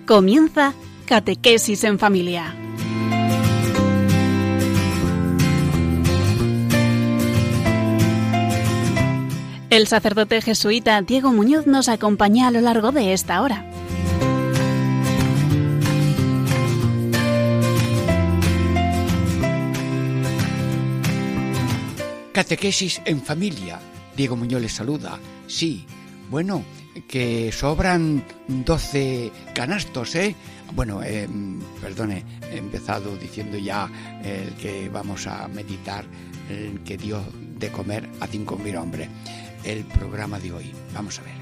Comienza Catequesis en Familia. El sacerdote jesuita Diego Muñoz nos acompaña a lo largo de esta hora. Catequesis en Familia. Diego Muñoz les saluda. Sí, bueno, que sobran 12 canastos, ¿eh? Bueno, perdone, he empezado diciendo ya el que vamos a meditar, el que dio de comer a 5.000 hombres. El programa de hoy. Vamos a ver.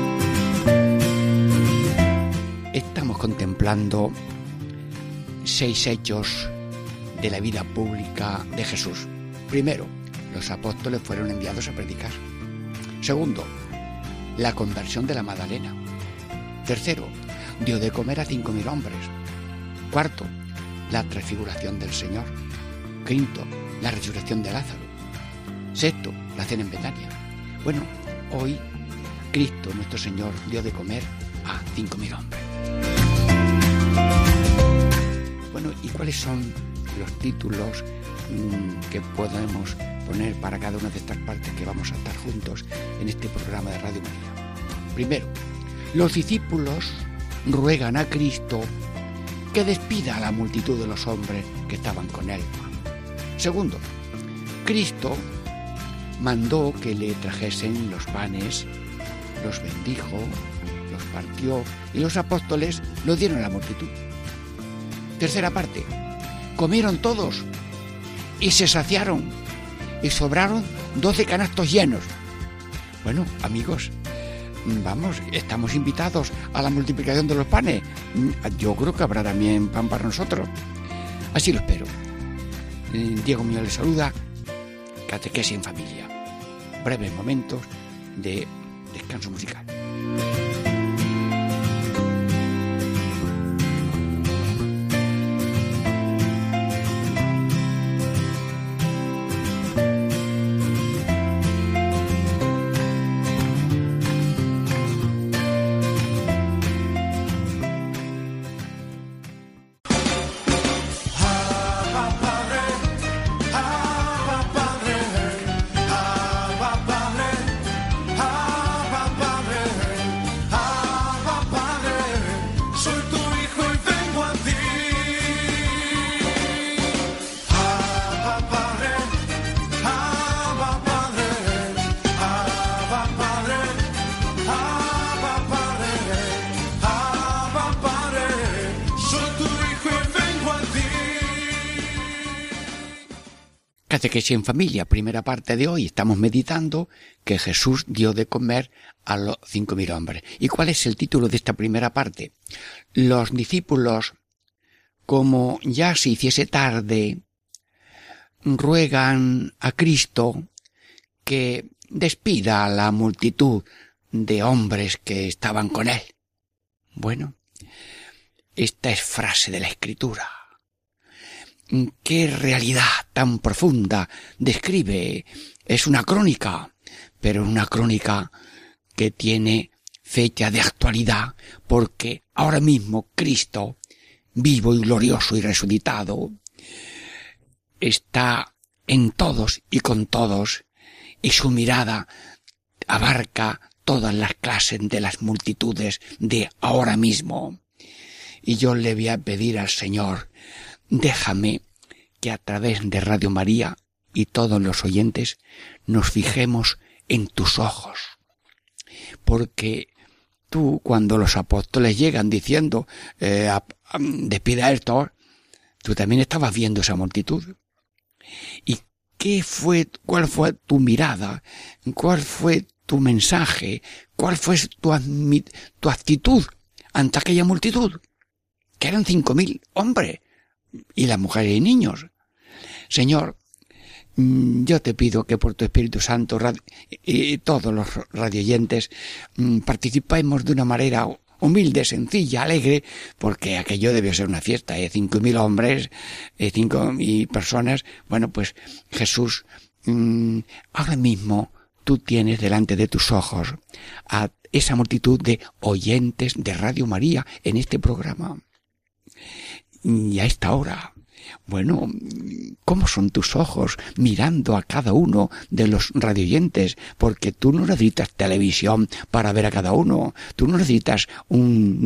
Estamos contemplando 6 hechos de la vida pública de Jesús. Primero, los apóstoles fueron enviados a predicar. Segundo, la conversión de la Magdalena. Tercero, dio de comer a 5.000 hombres. Cuarto, la transfiguración del Señor. Quinto, la resurrección de Lázaro. Sexto, la cena en Betania. Bueno, hoy Cristo, nuestro Señor, dio de comer a 5.000 hombres. Bueno, ¿y cuáles son los títulos que podemos poner para cada una de estas partes que vamos a estar juntos en este programa de Radio María? Primero, los discípulos ruegan a Cristo que despida a la multitud de los hombres que estaban con él. Segundo, Cristo mandó que le trajesen los panes, los bendijo, los partió y los apóstoles lo dieron a la multitud. Tercera parte, comieron todos y se saciaron y sobraron 12 canastos llenos. Bueno, amigos, vamos, estamos invitados a la multiplicación de los panes. Yo creo que habrá también pan para nosotros. Así lo espero. Diego Muñoz les saluda. Catequesis en Familia. Breves momentos de descanso musical. Catequesis en Familia, primera parte de hoy. Estamos meditando que Jesús dio de comer a los 5.000 hombres. ¿Y cuál es el título de esta primera parte? Los discípulos, como ya se hiciese tarde, ruegan a Cristo que despida a la multitud de hombres que estaban con él. Bueno, esta es frase de la Escritura. ¡Qué realidad tan profunda describe! Es una crónica, pero una crónica que tiene fecha de actualidad, porque ahora mismo Cristo, vivo y glorioso y resucitado, está en todos y con todos, y su mirada abarca todas las clases de las multitudes de ahora mismo. Y yo le voy a pedir al Señor, déjame que a través de Radio María y todos los oyentes nos fijemos en tus ojos. Porque tú, cuando los apóstoles llegan diciendo, despida a estos, tú también estabas viendo esa multitud. ¿Y cuál fue tu mirada? ¿Cuál fue tu mensaje? ¿Cuál fue tu actitud ante aquella multitud? Que eran 5.000 hombres. Y las mujeres y niños. Señor, yo te pido que por tu Espíritu Santo y todos los radioyentes participemos de una manera humilde, sencilla, alegre, porque aquello debió ser una fiesta, 5.000 hombres, 5.000 personas. Bueno, pues Jesús, ahora mismo tú tienes delante de tus ojos a esa multitud de oyentes de Radio María en este programa. Y a esta hora, bueno, ¿cómo son tus ojos mirando a cada uno de los radioyentes? Porque tú no necesitas televisión para ver a cada uno. Tú no necesitas un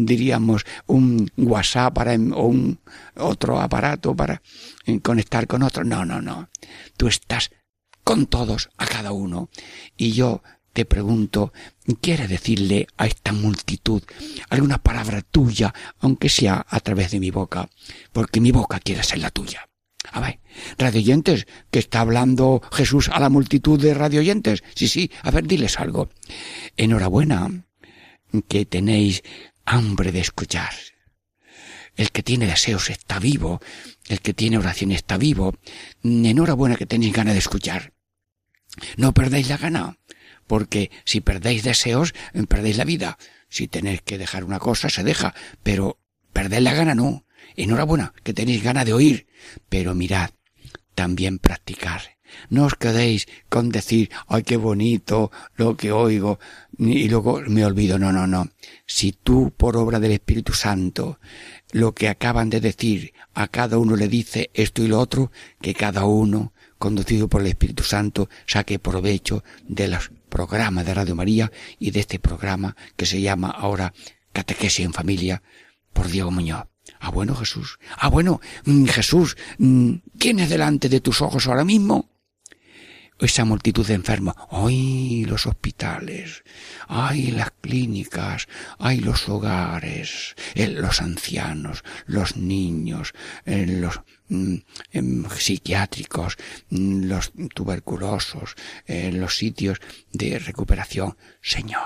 WhatsApp o un otro aparato para conectar con otro. No. Tú estás con todos, a cada uno. Y yo te pregunto, ¿quieres decirle a esta multitud alguna palabra tuya, aunque sea a través de mi boca? Porque mi boca quiere ser la tuya. A ver, radioyentes, que está hablando Jesús a la multitud de radioyentes. Sí, a ver, diles algo. Enhorabuena, que tenéis hambre de escuchar. El que tiene deseos está vivo, el que tiene oración está vivo. Enhorabuena que tenéis ganas de escuchar. No perdéis la gana, porque si perdéis deseos, perdéis la vida. Si tenéis que dejar una cosa, se deja, pero perder la gana no. Enhorabuena, que tenéis ganas de oír, pero mirad, también practicar. No os quedéis con decir, ¡ay, qué bonito lo que oigo! Y luego me olvido. No. Si tú, por obra del Espíritu Santo, lo que acaban de decir, a cada uno le dice esto y lo otro, que cada uno, conducido por el Espíritu Santo, saque provecho de los programas de Radio María y de este programa que se llama ahora Catequesis en Familia por Diego Muñoz. Bueno, Jesús. Jesús, ¿tienes delante de tus ojos ahora mismo esa multitud de enfermos? ¡Ay, los hospitales! ¡Ay, las clínicas! ¡Ay, los hogares! Los ancianos, los niños, los psiquiátricos, los tuberculosos, los sitios de recuperación. Señor,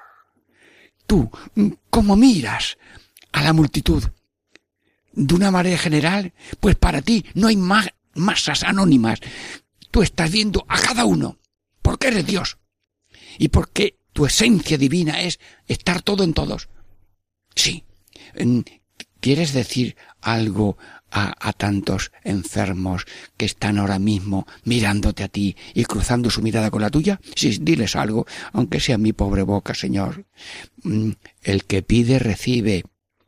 tú, ¿cómo miras a la multitud? De una manera general, pues para ti no hay masas anónimas. Tú estás viendo a cada uno, porque eres Dios, y porque tu esencia divina es estar todo en todos. Sí. ¿Quieres decir algo a tantos enfermos que están ahora mismo mirándote a ti y cruzando su mirada con la tuya? Sí, diles algo, aunque sea mi pobre boca, Señor. El que pide, recibe.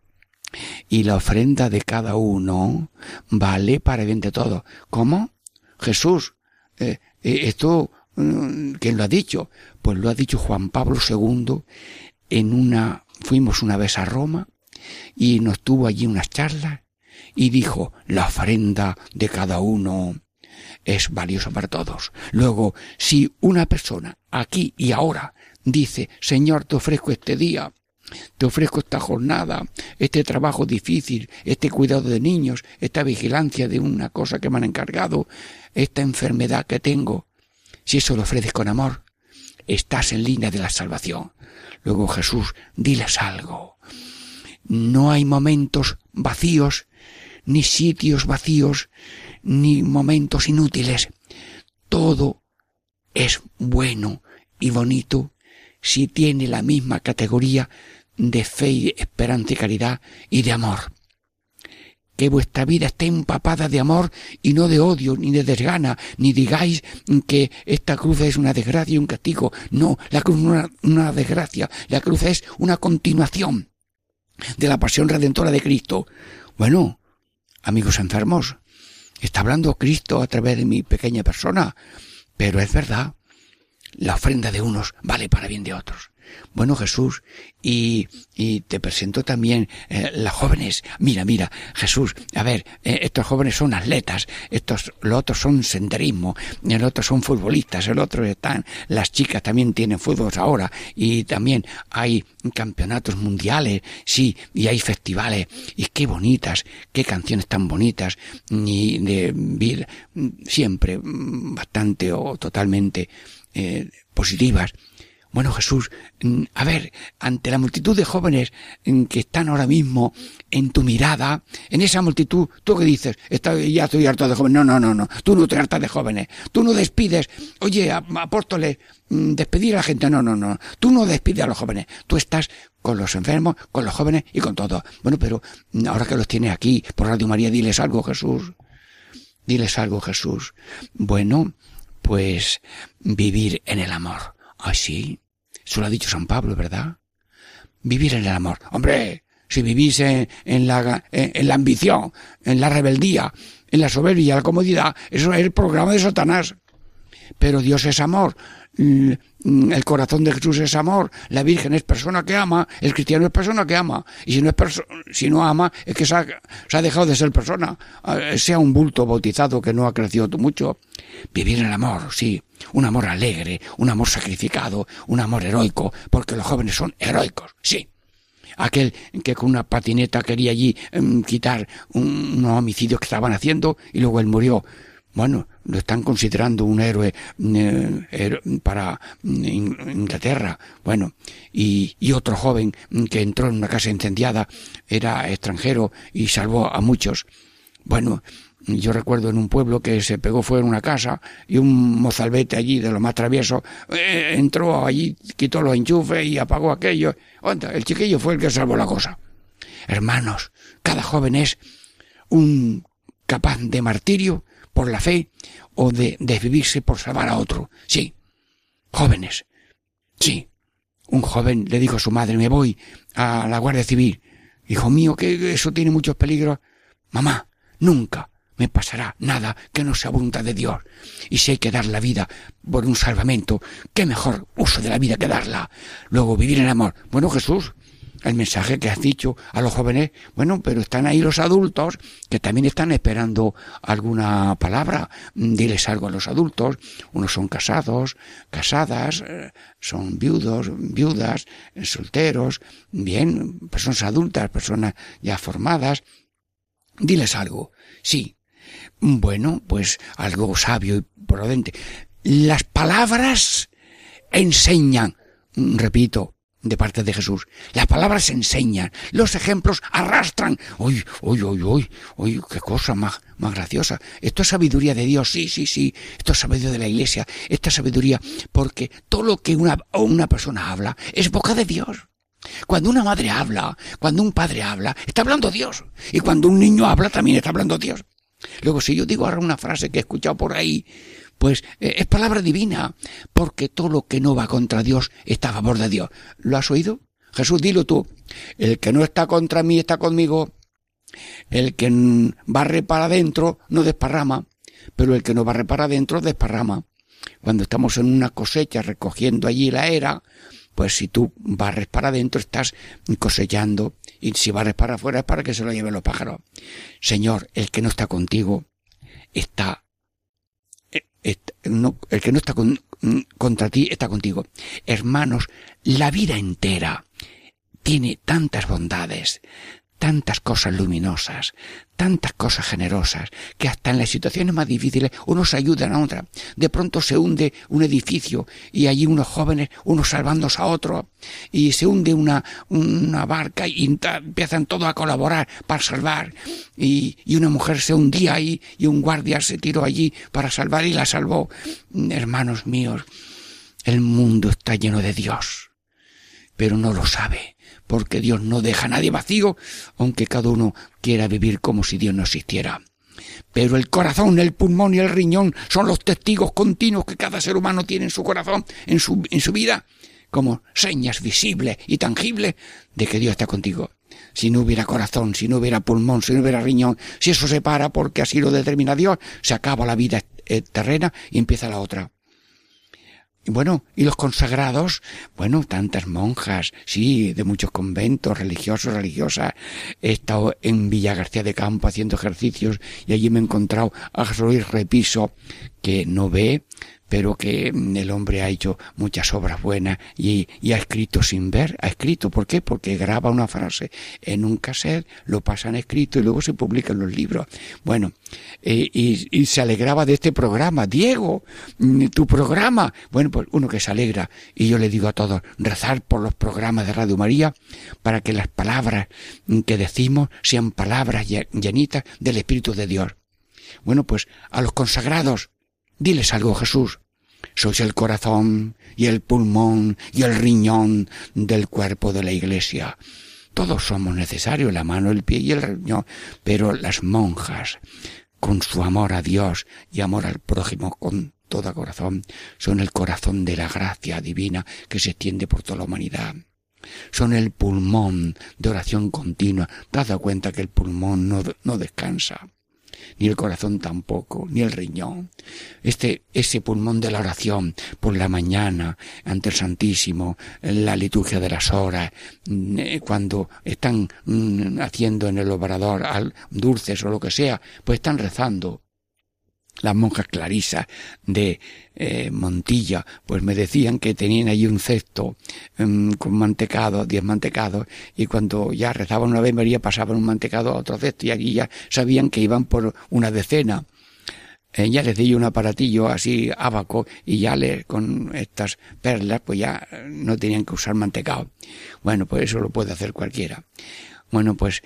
Y la ofrenda de cada uno vale para bien de todo. ¿Cómo? Jesús, esto, ¿quién lo ha dicho? Pues lo ha dicho Juan Pablo II fuimos una vez a Roma y nos tuvo allí unas charlas y dijo, la ofrenda de cada uno es valiosa para todos. Luego, si una persona aquí y ahora dice, Señor, te ofrezco este día, te ofrezco esta jornada, este trabajo difícil, este cuidado de niños, esta vigilancia de una cosa que me han encargado, esta enfermedad que tengo. Si eso lo ofreces con amor, estás en línea de la salvación. Luego, Jesús, diles algo. No hay momentos vacíos, ni sitios vacíos, ni momentos inútiles. Todo es bueno y bonito si tiene la misma categoría de fe y esperanza y caridad y de amor. Que vuestra vida esté empapada de amor y no de odio ni de desgana, ni digáis que esta cruz es una desgracia y un castigo. No, la cruz no es una desgracia, la cruz es una continuación de la pasión redentora de Cristo. Bueno, amigos enfermos, está hablando Cristo a través de mi pequeña persona, pero es verdad, la ofrenda de unos vale para bien de otros. Bueno, Jesús, y te presento también las jóvenes. Mira, Jesús, a ver, estos jóvenes son atletas, los otros son senderismo, los otros son futbolistas, las chicas también tienen fútbol ahora, y también hay campeonatos mundiales, sí, y hay festivales, y qué bonitas, qué canciones tan bonitas, y de vida, siempre bastante o totalmente positivas. Bueno, Jesús, a ver, ante la multitud de jóvenes que están ahora mismo en tu mirada, en esa multitud, ¿tú qué dices? Ya estoy harto de jóvenes. No, tú no te hartas de jóvenes. Tú no despides, oye, apóstoles, despedir a la gente. No. Tú no despides a los jóvenes. Tú estás con los enfermos, con los jóvenes y con todos. Bueno, pero ahora que los tienes aquí por Radio María, diles algo, Jesús. Diles algo, Jesús. Bueno, pues vivir en el amor. Ah, sí. Eso lo ha dicho San Pablo, ¿verdad? vivir en el amor. Hombre, si vivís en la ambición, en la rebeldía, en la soberbia y la comodidad, eso es el programa de Satanás. Pero Dios es amor, el corazón de Jesús es amor, la Virgen es persona que ama, el cristiano es persona que ama, y si no ama es que se ha dejado de ser persona, sea un bulto bautizado que no ha crecido mucho. Vivir el amor, sí, un amor alegre, un amor sacrificado, un amor heroico, porque los jóvenes son heroicos, sí. Aquel que con una patineta quería allí quitar unos homicidios que estaban haciendo y luego él murió. Bueno, lo están considerando un héroe para Inglaterra. Bueno, y otro joven que entró en una casa incendiada, era extranjero y salvó a muchos. Bueno, yo recuerdo en un pueblo que se pegó fuego en una casa y un mozalbete allí de los más traviesos entró allí, quitó los enchufes y apagó aquello. El chiquillo fue el que salvó la cosa. Hermanos, cada joven es un capaz de martirio por la fe o de vivirse por salvar a otro. Sí, jóvenes, sí. Un joven le dijo a su madre: me voy a la Guardia Civil. Hijo mío, que eso tiene muchos peligros. Mamá, nunca me pasará nada que no sea voluntad de Dios. Y si hay que dar la vida por un salvamento, qué mejor uso de la vida que darla. Luego, vivir en amor. Bueno, Jesús, el mensaje que has dicho a los jóvenes, bueno, pero están ahí los adultos que también están esperando alguna palabra. Diles algo a los adultos. Unos son casados, casadas, son viudos, viudas, solteros, bien, personas adultas, personas ya formadas. Diles algo, sí. Bueno, pues algo sabio y prudente. Las palabras enseñan, repito, de parte de Jesús. Las palabras enseñan, los ejemplos arrastran. ¡Uy, qué cosa más graciosa! Esto es sabiduría de Dios, sí. Esto es sabiduría de la Iglesia. Esta es sabiduría porque todo lo que una persona habla es boca de Dios. Cuando una madre habla, cuando un padre habla, está hablando Dios. Y cuando un niño habla, también está hablando Dios. Luego, si yo digo ahora una frase que he escuchado por ahí, pues es palabra divina, porque todo lo que no va contra Dios está a favor de Dios. ¿Lo has oído? Jesús, dilo tú. El que no está contra mí está conmigo. El que barre para adentro no desparrama, pero el que no barre para adentro desparrama. Cuando estamos en una cosecha recogiendo allí la era, pues si tú barres para adentro estás cosechando, y si barres para afuera es para que se lo lleven los pájaros. Señor, el que no está contigo el que no está contra ti está contigo. Hermanos, la vida entera tiene tantas bondades, tantas cosas luminosas, tantas cosas generosas, que hasta en las situaciones más difíciles unos ayudan a otros. De pronto se hunde un edificio y allí unos jóvenes, unos salvándose a otros, y se hunde una barca y empiezan todos a colaborar para salvar, y una mujer se hundía ahí y un guardia se tiró allí para salvar y la salvó. Hermanos míos, el mundo está lleno de Dios, pero no lo sabe, porque Dios no deja a nadie vacío, aunque cada uno quiera vivir como si Dios no existiera. Pero el corazón, el pulmón y el riñón son los testigos continuos que cada ser humano tiene en su corazón, en su vida, como señas visibles y tangibles de que Dios está contigo. Si no hubiera corazón, si no hubiera pulmón, si no hubiera riñón, si eso se para porque así lo determina Dios, se acaba la vida terrena y empieza la otra. Bueno, y los consagrados, bueno, tantas monjas, sí, de muchos conventos, religiosos, religiosas. He estado en Villa García de Campo haciendo ejercicios y allí me he encontrado a José Luis Repiso, que no ve, pero que el hombre ha hecho muchas obras buenas y ha escrito sin ver. Ha escrito, ¿por qué? Porque graba una frase en un cassette, lo pasan escrito y luego se publican los libros. Bueno, y se alegraba de este programa. Diego, tu programa. Bueno, pues uno que se alegra, y yo le digo a todos, rezar por los programas de Radio María para que las palabras que decimos sean palabras llenitas del Espíritu de Dios. Bueno, pues a los consagrados, diles algo, Jesús. Sois el corazón y el pulmón y el riñón del cuerpo de la Iglesia. Todos somos necesarios, la mano, el pie y el riñón, pero las monjas, con su amor a Dios y amor al prójimo con todo corazón, son el corazón de la gracia divina que se extiende por toda la humanidad. son el pulmón de oración continua. ¿Te has dado cuenta que el pulmón no descansa? Ni el corazón tampoco, ni el riñón. Ese pulmón de la oración por la mañana, ante el Santísimo, en la liturgia de las horas, cuando están haciendo en el obrador dulces o lo que sea, pues están rezando. Las monjas clarisas de Montilla, pues me decían que tenían allí un cesto con mantecado, 10 mantecados, y cuando ya rezaban una Ave María pasaban un mantecado a otro cesto, y aquí ya sabían que iban por una decena. Ya les di un aparatillo así, ábaco, y ya con estas perlas, pues ya no tenían que usar mantecado. Bueno, pues eso lo puede hacer cualquiera. Bueno, pues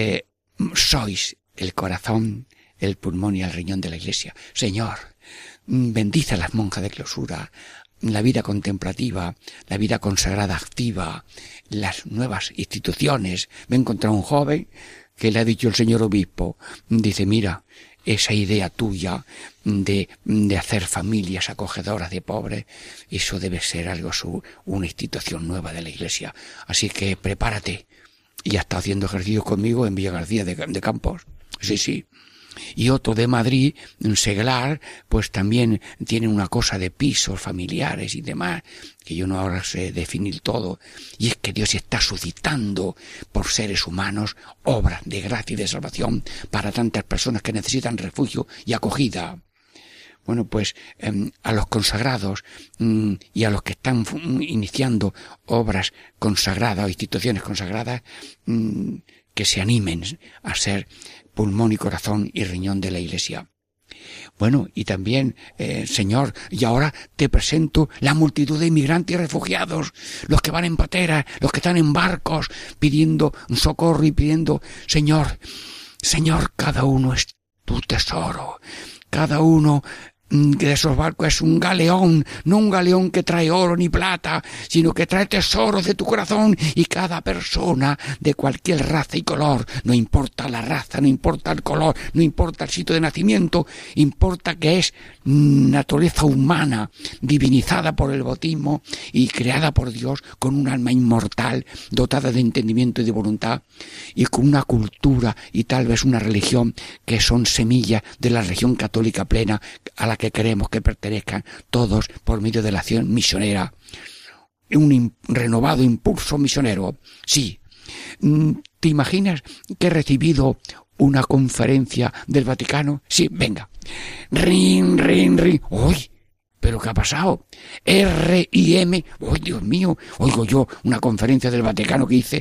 sois el corazón, el pulmón y el riñón de la Iglesia. Señor, bendice a las monjas de clausura, la vida contemplativa, la vida consagrada activa, las nuevas instituciones. Me he encontrado un joven que le ha dicho el señor obispo, dice, mira, esa idea tuya de hacer familias acogedoras de pobres, eso debe ser algo, una institución nueva de la Iglesia. Así que prepárate. Y ya está haciendo ejercicios conmigo en Villa García de Campos. Sí. Y otro de Madrid, en Seglar, pues también tiene una cosa de pisos familiares y demás, que yo no ahora sé definir todo. Y es que Dios está suscitando por seres humanos obras de gracia y de salvación para tantas personas que necesitan refugio y acogida. Bueno, pues a los consagrados y a los que están iniciando obras consagradas o instituciones consagradas, que se animen a ser pulmón y corazón y riñón de la Iglesia. Bueno, y también, Señor, y ahora te presento la multitud de inmigrantes y refugiados, los que van en pateras, los que están en barcos, pidiendo socorro y pidiendo, Señor, cada uno es tu tesoro, cada uno de esos barcos es un galeón, no un galeón que trae oro ni plata, sino que trae tesoros de tu corazón, y cada persona de cualquier raza y color, no importa la raza, no importa el color, no importa el sitio de nacimiento, importa que es naturaleza humana, divinizada por el bautismo y creada por Dios con un alma inmortal, dotada de entendimiento y de voluntad, y con una cultura y tal vez una religión que son semillas de la religión católica plena a la que queremos que pertenezcan todos por medio de la acción misionera. Un renovado impulso misionero. Sí. ¿Te imaginas que he recibido una conferencia del Vaticano? Sí, venga. Rin. ¡Uy! ¿Pero qué ha pasado? R-I-M. ¡Uy, Dios mío! Oigo yo una conferencia del Vaticano que dice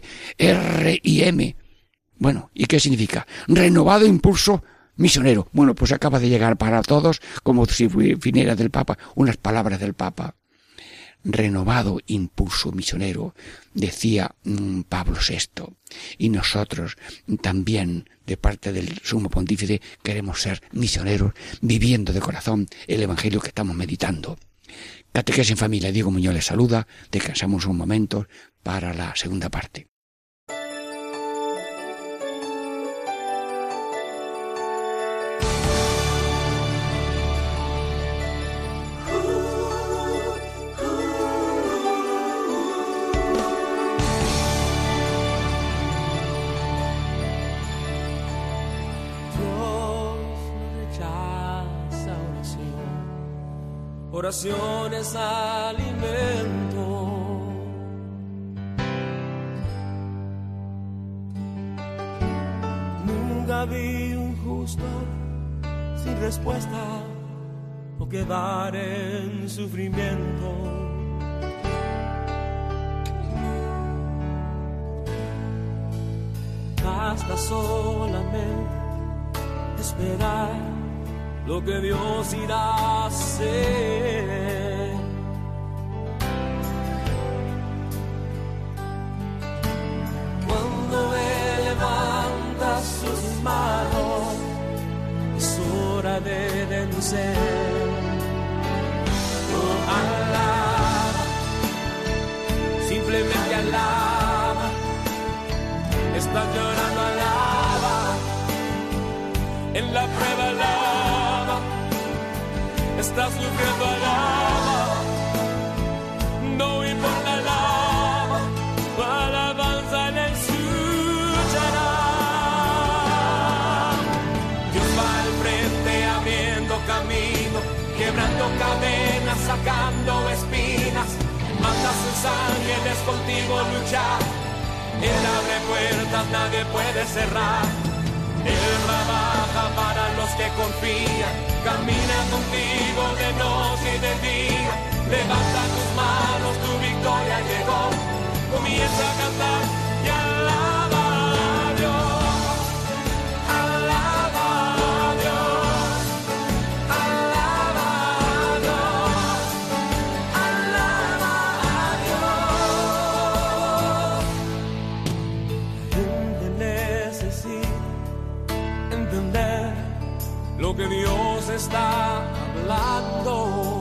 R-I-M. Bueno, ¿y qué significa? Renovado impulso misionero. Bueno, pues acaba de llegar para todos, como si viniera del Papa, unas palabras del Papa. Renovado impulso misionero, decía Pablo VI. Y nosotros también, de parte del Sumo Pontífice, queremos ser misioneros, viviendo de corazón el Evangelio que estamos meditando. Catequesis en Familia, Diego Muñoz les saluda. Descansamos un momento para la segunda parte. Oración es alimento. Nunca vi un justo sin respuesta o quedar en sufrimiento. Basta solamente esperar lo que Dios irá a hacer. Cuando Él levanta sus manos, es hora de vencer. Oh, alaba, simplemente alaba. Estás llorando, alaba. En la prueba, alaba. Estás sufriendo, alaba. No importa, alaba. ángeles contigo luchar. Él abre puertas, nadie puede cerrar. Él trabaja para los que confían. Camina contigo de noche y de día. Levanta tus manos, tu victoria llegó. Comienza a cantar y alaba a Dios. Alaba a Dios. Alaba a Dios. Alaba a Dios. La gente necesita entender lo que Dios está hablando.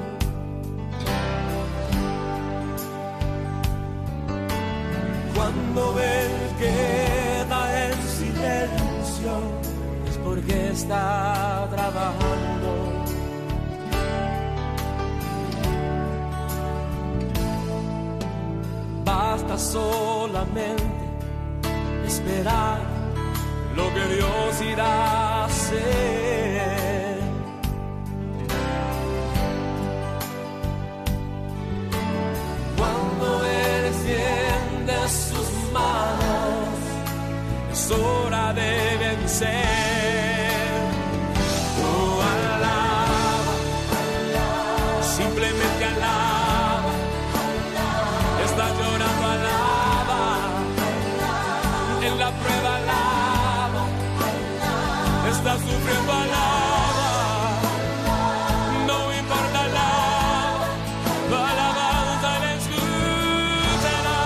Cuando Él queda en silencio es porque está trabajando. Basta solamente esperar lo que Dios irá a hacer. Cuando Él extiende sus manos, es hora de vencer. Oh, alaba, simplemente alaba. Estás llorando, alaba. En la prueba, alaba. Estás sufriendo, alaba. No importa, alaba. La alabanza le escuchará.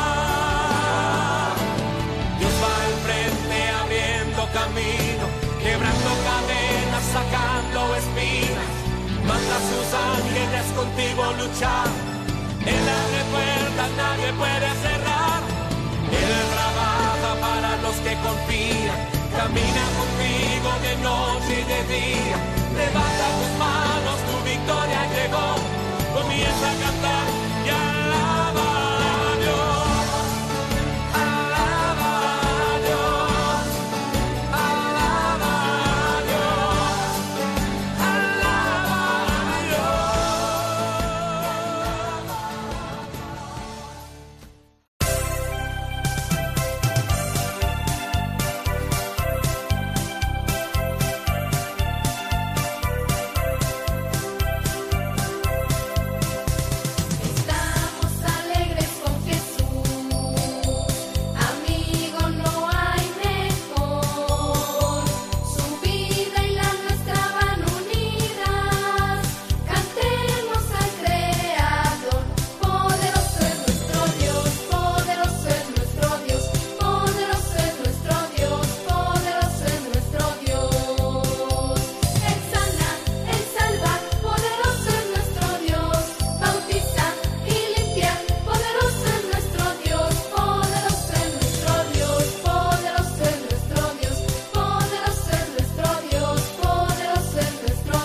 Dios va al frente abriendo camino, quebrando cadenas, sacando espinas. Manda a sus ángeles contigo luchar. Él abre puertas, nadie puede cerrar. Él trabaja para los que confían. Camina contigo de noche y de día. Levanta tus manos, tu victoria llegó. Comienza a cantar y alaba a Dios. Alaba a Dios. Alaba a Dios. Alaba a Estamos alegres con Jesús, amigo no hay mejor. Su vida y la nuestra van unidas. Cantemos al Creador. Poderoso es nuestro Dios, poderoso es nuestro Dios, poderoso es nuestro Dios, poderoso es nuestro Dios. Él sana, Él salva, poderoso es nuestro Dios. Bautiza y limpia, poderoso es nuestro Dios, poderoso es nuestro Dios, poderoso es nuestro Dios, poderoso es nuestro Dios, poderoso es nuestro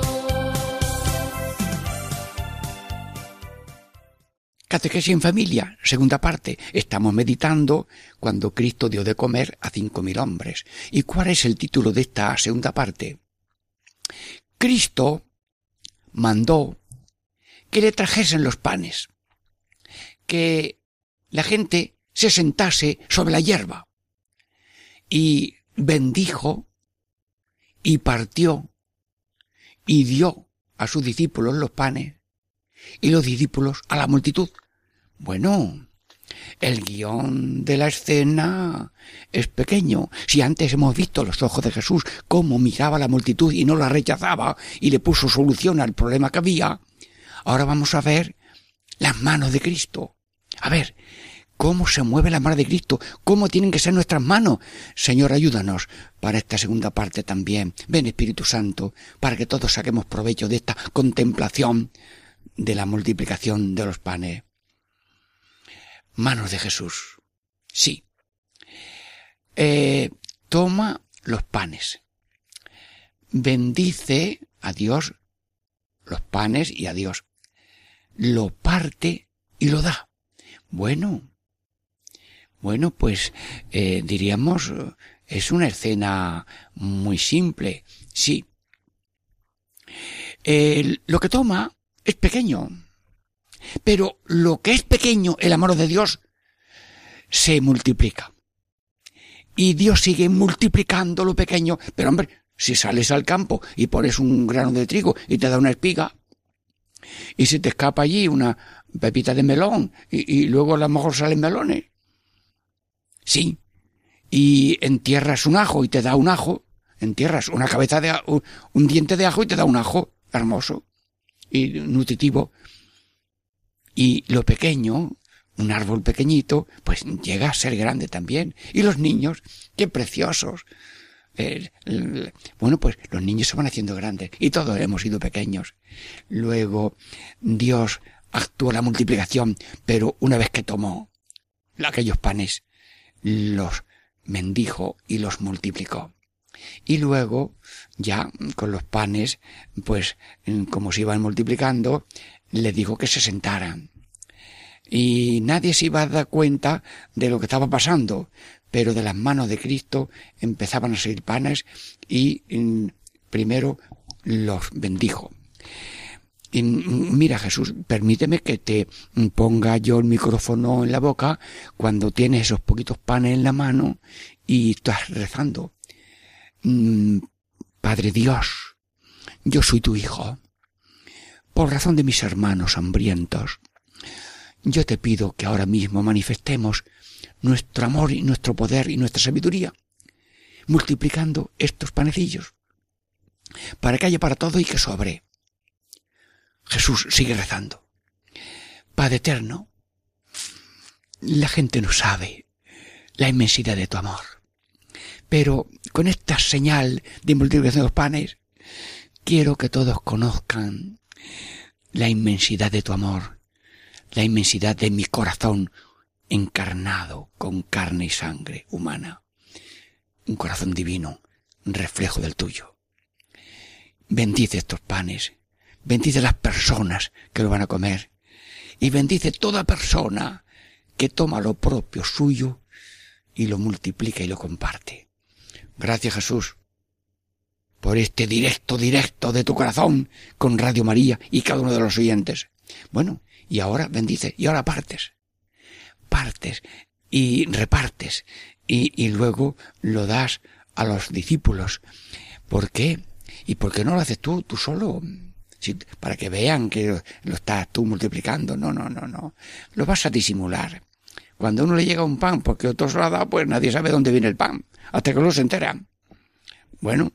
Dios. Catequesis en familia, segunda parte. Estamos meditando cuando Cristo dio de comer a 5.000 hombres. ¿Y cuál es el título de esta segunda parte? Cristo mandó que le trajesen los panes, que la gente se sentase sobre la hierba, y bendijo y partió y dio a sus discípulos los panes y los discípulos a la multitud. Bueno, el guión de la escena es pequeño. Si antes hemos visto los ojos de Jesús, cómo miraba a la multitud y no la rechazaba y le puso solución al problema que había, ahora vamos a ver las manos de Cristo. A ver, cómo se mueve la mano de Cristo, cómo tienen que ser nuestras manos. Señor, ayúdanos para esta segunda parte también. Ven, Espíritu Santo, para que todos saquemos provecho de esta contemplación de la multiplicación de los panes. Manos de Jesús. Sí. Toma los panes. Bendice a Dios los panes y a Dios. Lo parte y lo da. Bueno, pues diríamos, es una escena muy simple. Sí. Lo que toma es pequeño. Pero lo que es pequeño, el amor de Dios, se multiplica. Y Dios sigue multiplicando lo pequeño. Pero hombre, si sales al campo y pones un grano de trigo y te da una espiga, y se te escapa allí una pepita de melón, y luego a lo mejor salen melones. Sí. Y entierras un ajo y te da un ajo. Entierras una cabeza de ajo, un diente de ajo y te da un ajo hermoso y nutritivo. Y lo pequeño, un árbol pequeñito, pues llega a ser grande también. Y los niños, qué preciosos. Bueno, pues los niños se van haciendo grandes y todos hemos sido pequeños. Luego Dios actuó la multiplicación, pero una vez que tomó aquellos panes, los bendijo y los multiplicó. Y luego, ya con los panes, pues como se iban multiplicando, le dijo que se sentaran. Y nadie se iba a dar cuenta de lo que estaba pasando, pero de las manos de Cristo empezaban a salir panes y primero los bendijo. Y mira, Jesús, permíteme que te ponga yo el micrófono en la boca cuando tienes esos poquitos panes en la mano y estás rezando. Padre Dios, yo soy tu hijo. Por razón de mis hermanos hambrientos, yo te pido que ahora mismo manifestemos nuestro amor y nuestro poder y nuestra sabiduría, multiplicando estos panecillos, para que haya para todo y que sobre. Jesús sigue rezando. Padre eterno, la gente no sabe la inmensidad de tu amor, pero con esta señal de multiplicación de los panes, quiero que todos conozcan la inmensidad de tu amor, la inmensidad de mi corazón encarnado con carne y sangre humana, un corazón divino, reflejo del tuyo. Bendice estos panes, bendice las personas que lo van a comer y bendice toda persona que toma lo propio suyo y lo multiplica y lo comparte. Gracias, Jesús, por este directo de tu corazón con Radio María y cada uno de los oyentes. Bueno, y ahora bendice, y ahora partes y repartes y luego lo das a los discípulos. ¿Por qué? ¿Y por qué no lo haces tú solo? Sí, para que vean que lo estás tú multiplicando. No. Lo vas a disimular. Cuando a uno le llega un pan porque otro se lo ha dado, pues nadie sabe dónde viene el pan, hasta que uno se entera. Bueno,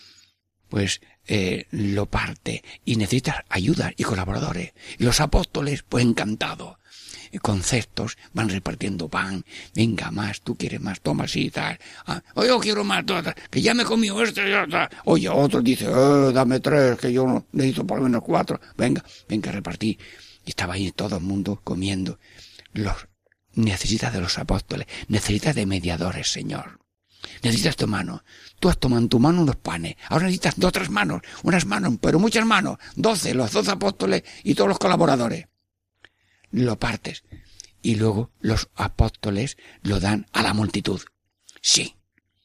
pues lo parte y necesitas ayuda y colaboradores. Y los apóstoles, pues encantados. Con cestos van repartiendo pan. Venga, más, tú quieres más, toma así y tal. Oye, yo quiero más, que ya me comió esto y tal. Oye, otro dice, dame 3, que yo necesito por lo menos 4. Venga, repartí. Y estaba ahí todo el mundo comiendo. Necesitas de los apóstoles, necesitas de mediadores, Señor. Necesitas tu mano. Tú has tomado en tu mano unos panes. Ahora necesitas otras manos, unas manos, pero muchas manos. 12, los 12 apóstoles y todos los colaboradores. Lo partes. Y luego los apóstoles lo dan a la multitud. Sí.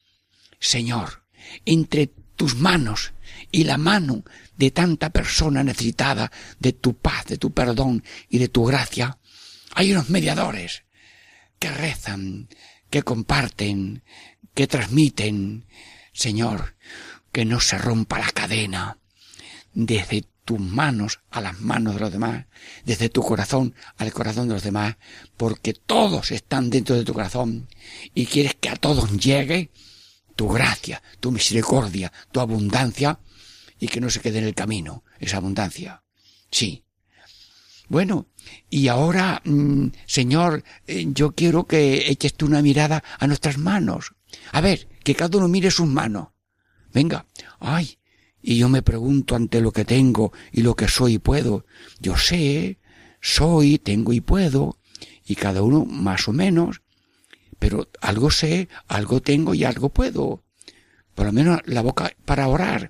Señor, entre tus manos y la mano de tanta persona necesitada de tu paz, de tu perdón y de tu gracia, hay unos mediadores que rezan, que comparten, que transmiten. Señor, que no se rompa la cadena desde tus manos a las manos de los demás, desde tu corazón al corazón de los demás, porque todos están dentro de tu corazón y quieres que a todos llegue tu gracia, tu misericordia, tu abundancia y que no se quede en el camino esa abundancia. Sí. Bueno, y ahora, Señor, yo quiero que eches tú una mirada a nuestras manos. A ver, que cada uno mire sus manos. Venga, ay, y yo me pregunto ante lo que tengo y lo que soy y puedo. Yo sé, soy, tengo y puedo, y cada uno más o menos, pero algo sé, algo tengo y algo puedo. Por lo menos la boca para orar.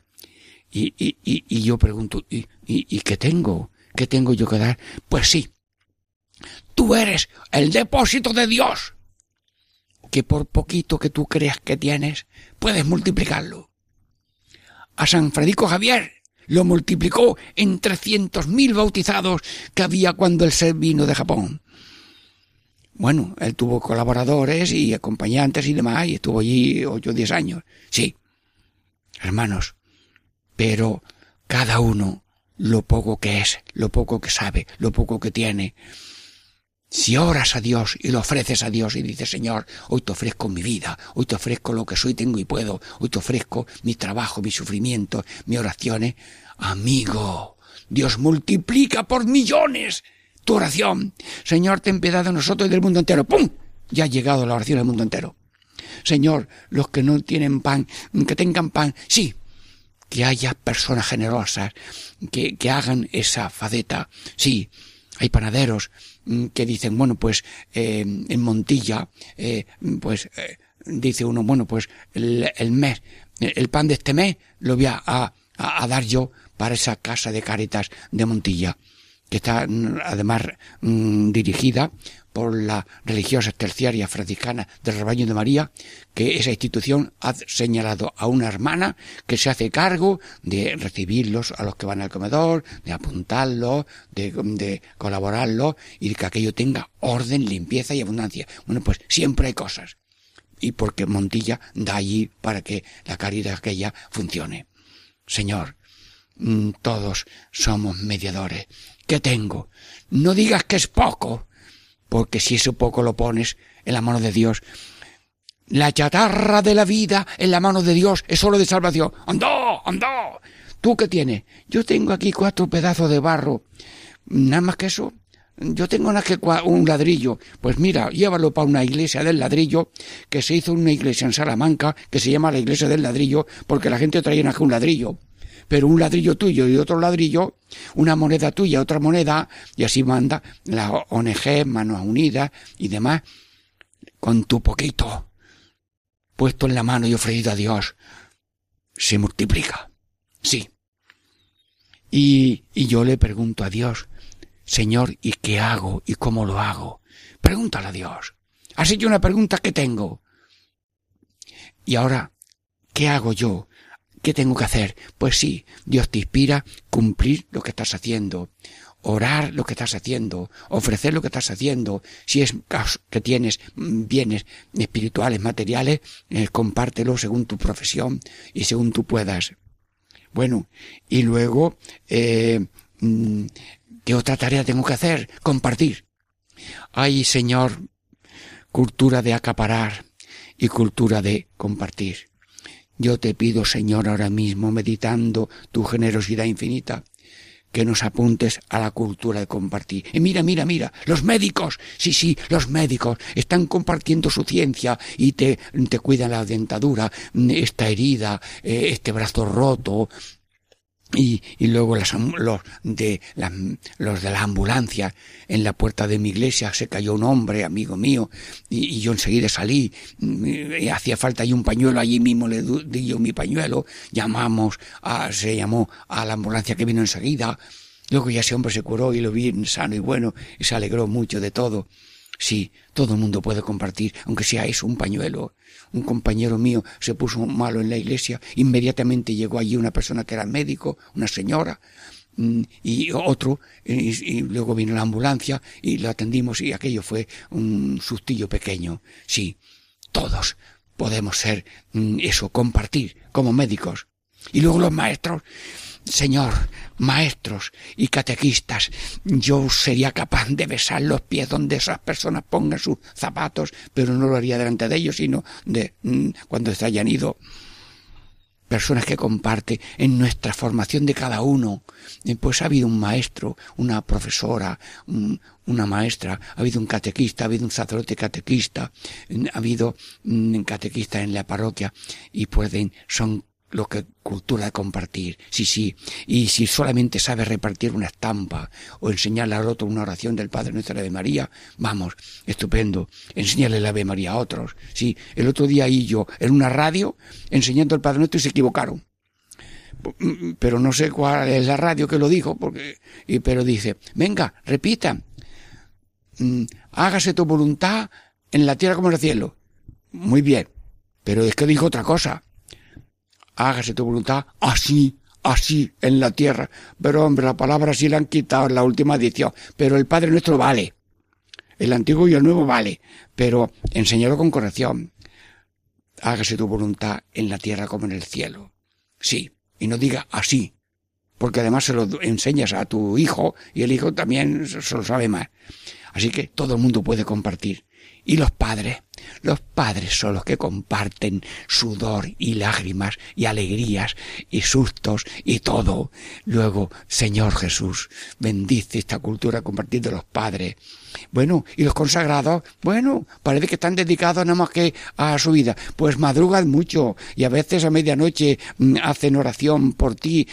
Y yo pregunto, ¿y qué tengo? ¿Qué tengo yo que dar? Pues sí, tú eres el depósito de Dios, que por poquito que tú creas que tienes, puedes multiplicarlo. A San Federico Javier lo multiplicó en 300.000 bautizados que había cuando el ser vino de Japón. Bueno, él tuvo colaboradores y acompañantes y demás, y estuvo allí 8 o 10 años. Sí, hermanos, pero cada uno lo poco que es, lo poco que sabe, lo poco que tiene. Si oras a Dios y lo ofreces a Dios y dices, Señor, hoy te ofrezco mi vida, hoy te ofrezco lo que soy, tengo y puedo, hoy te ofrezco mi trabajo, mis sufrimientos, mis oraciones, amigo, Dios multiplica por millones tu oración. Señor, ten piedad de nosotros y del mundo entero. ¡Pum! Ya ha llegado la oración al mundo entero. Señor, los que no tienen pan, que tengan pan. Sí, que haya personas generosas que hagan esa faceta. Sí, hay panaderos que dicen, bueno, pues en Montilla, dice uno, bueno, pues el mes, el pan de este mes lo voy a dar yo para esa casa de Cáritas de Montilla, que está además dirigida por las religiosas terciarias franciscanas del Rebaño de María, que esa institución ha señalado a una hermana que se hace cargo de recibirlos a los que van al comedor, de apuntarlos, de colaborarlos y de que aquello tenga orden, limpieza y abundancia. Bueno, pues siempre hay cosas. Y porque Montilla da allí para que la caridad aquella funcione. Señor, todos somos mediadores. ¿Qué tengo? No digas que es poco, porque si eso poco lo pones en la mano de Dios, la chatarra de la vida en la mano de Dios es solo de salvación. ¡Andó! ¡Andó! ¿Tú qué tienes? Yo tengo aquí 4 pedazos de barro. Nada más que eso. Yo tengo nada que un ladrillo. Pues mira, llévalo para una iglesia del ladrillo, que se hizo una iglesia en Salamanca, que se llama la iglesia del ladrillo, porque la gente traía nada que un ladrillo. Pero un ladrillo tuyo y otro ladrillo, una moneda tuya, otra moneda, y así manda la ONG, Manos Unidas y demás, con tu poquito puesto en la mano y ofrecido a Dios, se multiplica. Sí. Y yo le pregunto a Dios, Señor, ¿y qué hago? ¿Y cómo lo hago? Pregúntale a Dios. Has hecho una pregunta que tengo. Y ahora, ¿qué hago yo? ¿Qué tengo que hacer? Pues sí, Dios te inspira cumplir lo que estás haciendo, orar lo que estás haciendo, ofrecer lo que estás haciendo. Si es que tienes bienes espirituales, materiales, compártelo según tu profesión y según tú puedas. Bueno, y luego, ¿qué otra tarea tengo que hacer? Compartir. Ay, Señor, cultura de acaparar y cultura de compartir. Yo te pido, Señor, ahora mismo, meditando tu generosidad infinita, que nos apuntes a la cultura de compartir. Y mira, los médicos, sí, los médicos están compartiendo su ciencia y te cuidan la dentadura, esta herida, este brazo roto. Y luego los de la ambulancia, en la puerta de mi iglesia se cayó un hombre, amigo mío, y yo enseguida salí, y hacía falta ahí un pañuelo, allí mismo le di yo mi pañuelo, se llamó a la ambulancia que vino enseguida, luego ya ese hombre se curó y lo vi sano y bueno, y se alegró mucho de todo. Sí, todo el mundo puede compartir, aunque sea eso, un pañuelo. Un compañero mío se puso malo en la iglesia, inmediatamente llegó allí una persona que era médico, una señora, y otro, y luego vino la ambulancia y lo atendimos y aquello fue un sustillo pequeño. Sí, todos podemos ser eso, compartir como médicos. Y luego los maestros. Señor, maestros y catequistas, yo sería capaz de besar los pies donde esas personas pongan sus zapatos, pero no lo haría delante de ellos, sino cuando se hayan ido. Personas que comparten en nuestra formación de cada uno. Pues ha habido un maestro, una profesora, una maestra, ha habido un catequista, ha habido un sacerdote catequista, ha habido un catequista en la parroquia y son lo que cultura de compartir, sí, y si solamente sabe repartir una estampa o enseñarle al otro una oración del Padre Nuestro de María, vamos, estupendo, enseñarle la Ave María a otros, sí, el otro día yo en una radio enseñando el Padre Nuestro y se equivocaron, pero no sé cuál es la radio que lo dijo, pero dice, venga, repita, hágase tu voluntad en la tierra como en el cielo, muy bien, pero es que dijo otra cosa. Hágase tu voluntad así así en la tierra. Pero hombre, la palabra sí la han quitado en la última edición. Pero el Padre Nuestro vale. El antiguo y el nuevo vale. Pero enséñalo con corrección. Hágase tu voluntad en la tierra como en el cielo. Sí, y no diga así. Porque además se lo enseñas a tu hijo y el hijo también se lo sabe más. Así que todo el mundo puede compartir. Y los padres son los que comparten sudor y lágrimas y alegrías y sustos y todo. Luego, Señor Jesús, bendice esta cultura compartida de los padres. Bueno, y los consagrados, bueno, parece que están dedicados nada más que a su vida. Pues madrugan mucho y a veces a medianoche hacen oración por ti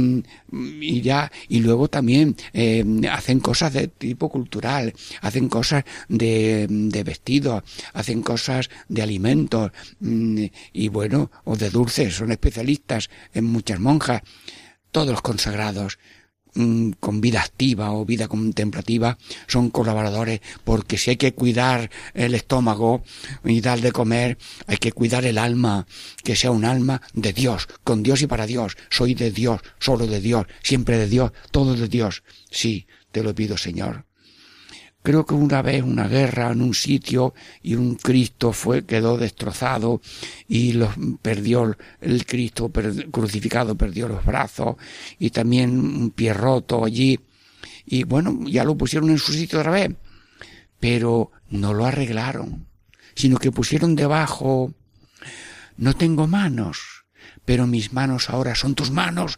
y ya. Y luego también hacen cosas de tipo cultural, hacen cosas de vestidos, hacen cosas de alimentos y bueno, o de dulces, son especialistas en muchas monjas. Todos los consagrados con vida activa o vida contemplativa son colaboradores, porque si hay que cuidar el estómago y dar de comer, hay que cuidar el alma, que sea un alma de Dios, con Dios y para Dios. Soy de Dios, solo de Dios, siempre de Dios, todo de Dios. Sí, te lo pido, Señor. Creo que una vez una guerra en un sitio y un Cristo quedó destrozado y perdió el Cristo crucificado, perdió los brazos y también un pie roto allí. Y bueno, ya lo pusieron en su sitio otra vez, pero no lo arreglaron, sino que pusieron debajo: no tengo manos, pero mis manos ahora son tus manos.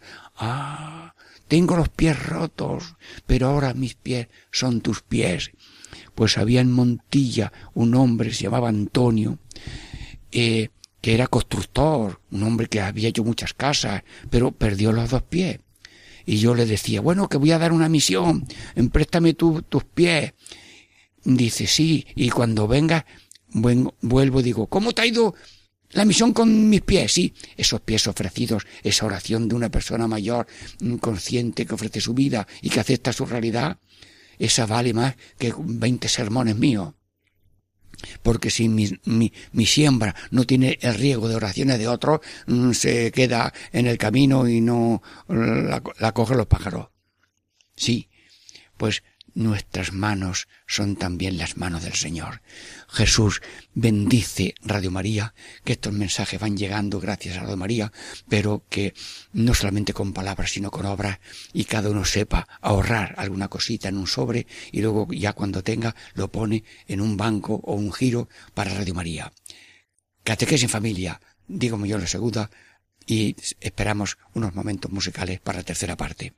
Tengo los pies rotos, pero ahora mis pies son tus pies. Pues había en Montilla un hombre, se llamaba Antonio, que era constructor, un hombre que había hecho muchas casas, pero perdió los dos pies. Y yo le decía: bueno, que voy a dar una misión, préstame tus pies. Dice: sí, y cuando venga, vuelvo y digo: ¿cómo te ha ido la misión con mis pies? Sí, esos pies ofrecidos, esa oración de una persona mayor, consciente, que ofrece su vida y que acepta su realidad, esa vale más que 20 sermones míos. Porque si mi siembra no tiene el riego de oraciones de otros, se queda en el camino y no la cogen los pájaros. Sí, pues nuestras manos son también las manos del Señor. Jesús, bendice Radio María, que estos mensajes van llegando gracias a Radio María, pero que no solamente con palabras, sino con obras, y cada uno sepa ahorrar alguna cosita en un sobre y luego ya cuando tenga lo pone en un banco o un giro para Radio María. Catequesis en familia, dígame yo la segunda, y esperamos unos momentos musicales para la tercera parte.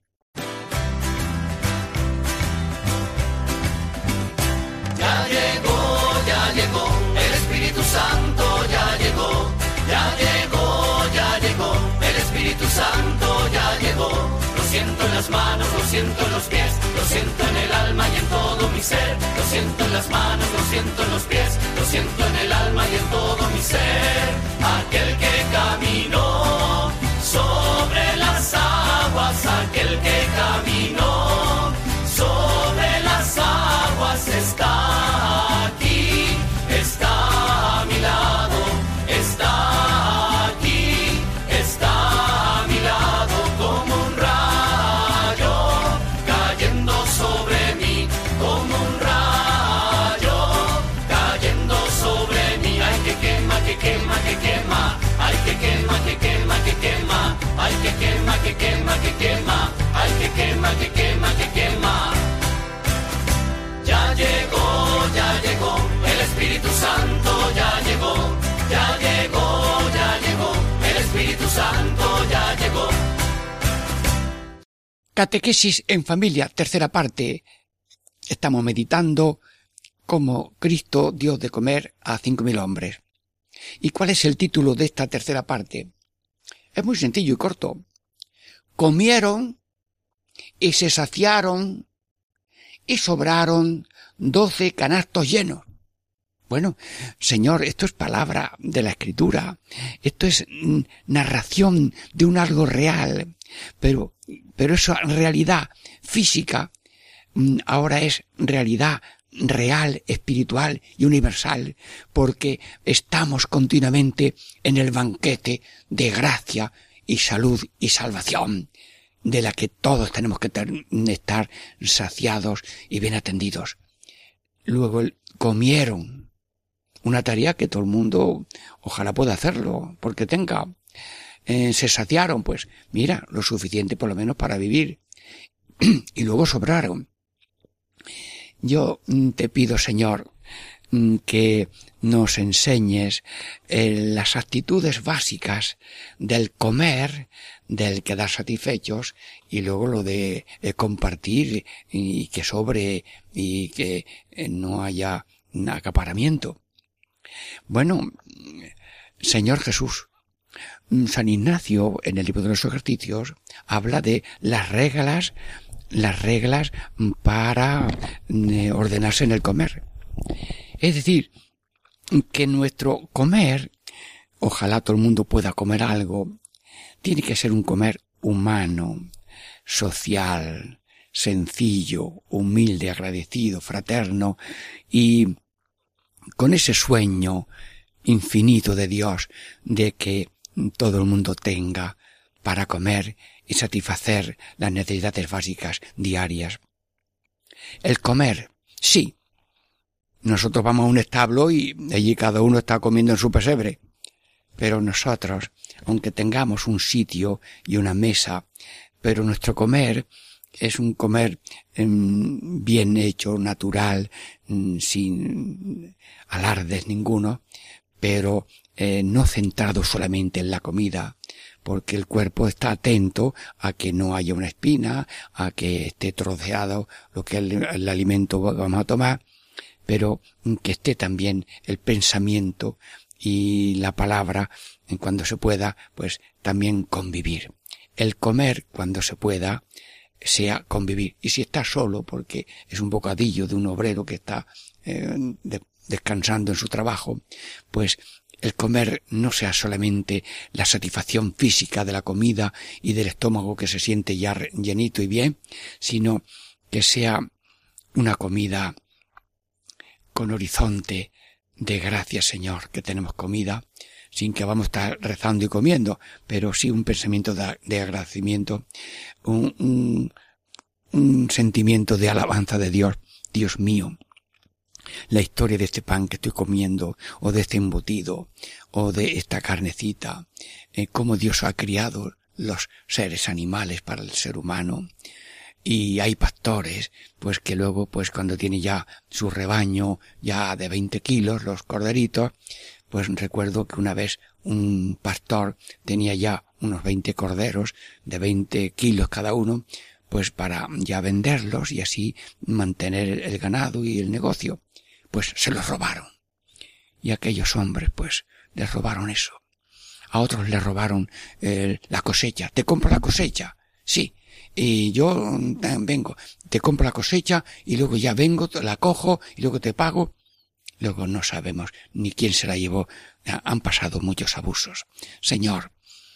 Ya llegó, el Espíritu Santo ya llegó, el Espíritu Santo ya llegó. Lo siento en las manos, lo siento en los pies, lo siento en el alma y en todo mi ser. Lo siento en las manos, lo siento en los pies, lo siento en el alma y en todo mi ser. Aquel que caminó sobre las aguas, aquel que caminó sobre las aguas está aquí, está a mi lado, está aquí, está a mi lado como un rayo cayendo sobre mí, como un rayo cayendo sobre mí. Ay, que quema, que quema, que quema, ay, que quema, que quema, que quema, ay, que quema, que quema, que quema, ay, que quema, que quema, que quema. Ya llegó, el Espíritu Santo ya llegó, el Espíritu Santo ya llegó. Catequesis en familia, tercera parte. Estamos meditando cómo Cristo dio de comer a 5.000 hombres. ¿Y cuál es el título de esta tercera parte? Es muy sencillo y corto. Comieron y se saciaron y sobraron 12 canastos llenos. Bueno, Señor, esto es palabra de la Escritura, esto es narración de un algo real, pero esa realidad física ahora es realidad real, espiritual y universal, porque estamos continuamente en el banquete de gracia y salud y salvación, de la que todos tenemos que estar saciados y bien atendidos. Luego comieron, una tarea que todo el mundo ojalá pueda hacerlo, porque tenga. Se saciaron, pues mira, lo suficiente por lo menos para vivir. Y luego sobraron. Yo te pido, Señor, que nos enseñes las actitudes básicas del comer, del quedar satisfechos, y luego lo de compartir y que sobre y que no haya acaparamiento. Bueno, Señor Jesús, San Ignacio, en el libro de los ejercicios, habla de las reglas para ordenarse en el comer. Es decir, que nuestro comer, ojalá todo el mundo pueda comer algo, tiene que ser un comer humano, social, sencillo, humilde, agradecido, fraterno, y con ese sueño infinito de Dios de que todo el mundo tenga para comer y satisfacer las necesidades básicas diarias. El comer, sí. Nosotros vamos a un establo y allí cada uno está comiendo en su pesebre. Pero nosotros, aunque tengamos un sitio y una mesa, pero nuestro comer es un comer bien hecho, natural, sin alardes ninguno, pero no centrado solamente en la comida, porque el cuerpo está atento a que no haya una espina, a que esté troceado lo que es el alimento que vamos a tomar, pero que esté también el pensamiento y la palabra, cuando se pueda, pues también convivir. El comer, cuando se pueda, sea convivir. Y si está solo, porque es un bocadillo de un obrero que está descansando en su trabajo, pues el comer no sea solamente la satisfacción física de la comida y del estómago que se siente ya llenito y bien, sino que sea una comida con horizonte de gracias, Señor, que tenemos comida, sin que vamos a estar rezando y comiendo, pero sí un pensamiento de agradecimiento, un sentimiento de alabanza de Dios. Dios mío, la historia de este pan que estoy comiendo, o de este embutido, o de esta carnecita, cómo Dios ha criado los seres animales para el ser humano. Y hay pastores, pues que luego, pues cuando tiene ya su rebaño ya de 20 kilos, los corderitos, pues recuerdo que una vez un pastor tenía ya unos 20 corderos de 20 kilos cada uno, pues para ya venderlos y así mantener el ganado y el negocio. Pues se los robaron. Y aquellos hombres, pues, les robaron eso. A otros les robaron la cosecha. ¿Te compro la cosecha? Sí. Y yo vengo, te compro la cosecha y luego ya vengo, la cojo y luego te pago. Luego no sabemos ni quién se la llevó. Han pasado muchos abusos. Señor,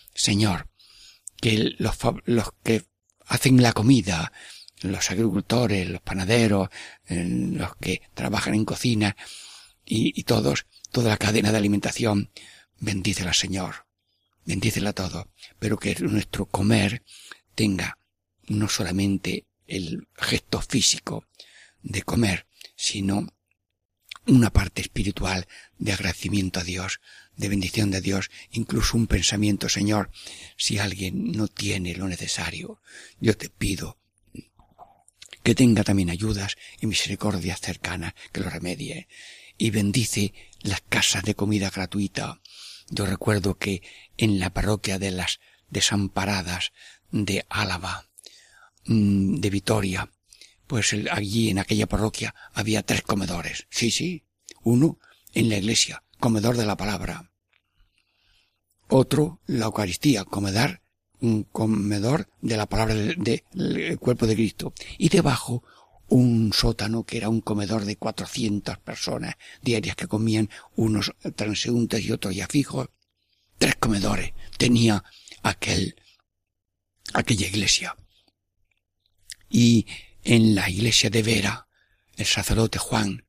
que los que hacen la comida, los agricultores, los panaderos, los que trabajan en cocina y toda la cadena de alimentación, bendícela, Señor, bendícela todo, pero que nuestro comer tenga no solamente el gesto físico de comer, sino una parte espiritual de agradecimiento a Dios, de bendición de Dios, incluso un pensamiento, Señor, si alguien no tiene lo necesario, yo te pido que tenga también ayudas y misericordia cercana que lo remedie, y bendice las casas de comida gratuita. Yo recuerdo que en la parroquia de las Desamparadas de Álava, de Vitoria, pues allí en aquella parroquia había 3 comedores. Sí, uno en la iglesia, comedor de la palabra. Otro, la Eucaristía, un comedor de la palabra del cuerpo de Cristo. Y debajo, un sótano que era un comedor de 400 personas diarias que comían, unos transeúntes y otros ya fijos. 3 comedores tenía aquella iglesia. Y en la iglesia de Vera, el sacerdote Juan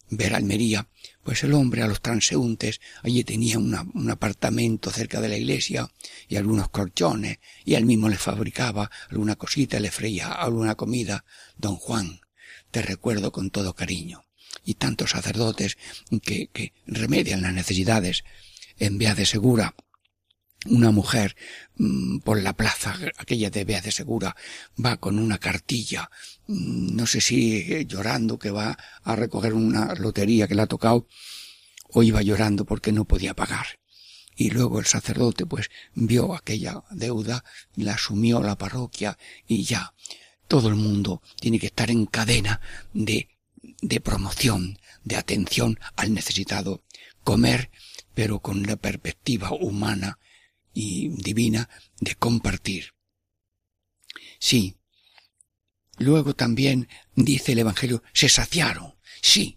ver Almería, pues el hombre a los transeúntes, allí tenía un apartamento cerca de la iglesia y algunos colchones, y él mismo les fabricaba alguna cosita, le freía alguna comida. Don Juan, te recuerdo con todo cariño. Y tantos sacerdotes que remedian las necesidades. En Beas de Segura, una mujer por la plaza aquella de Beas de Segura va con una cartilla, no sé si llorando que va a recoger una lotería que le ha tocado, o iba llorando porque no podía pagar. Y luego el sacerdote pues vio aquella deuda, la asumió la parroquia y ya todo el mundo tiene que estar en cadena de promoción, de atención al necesitado, comer pero con la perspectiva humana y divina de compartir. Sí. Luego también dice el Evangelio, se saciaron. Sí.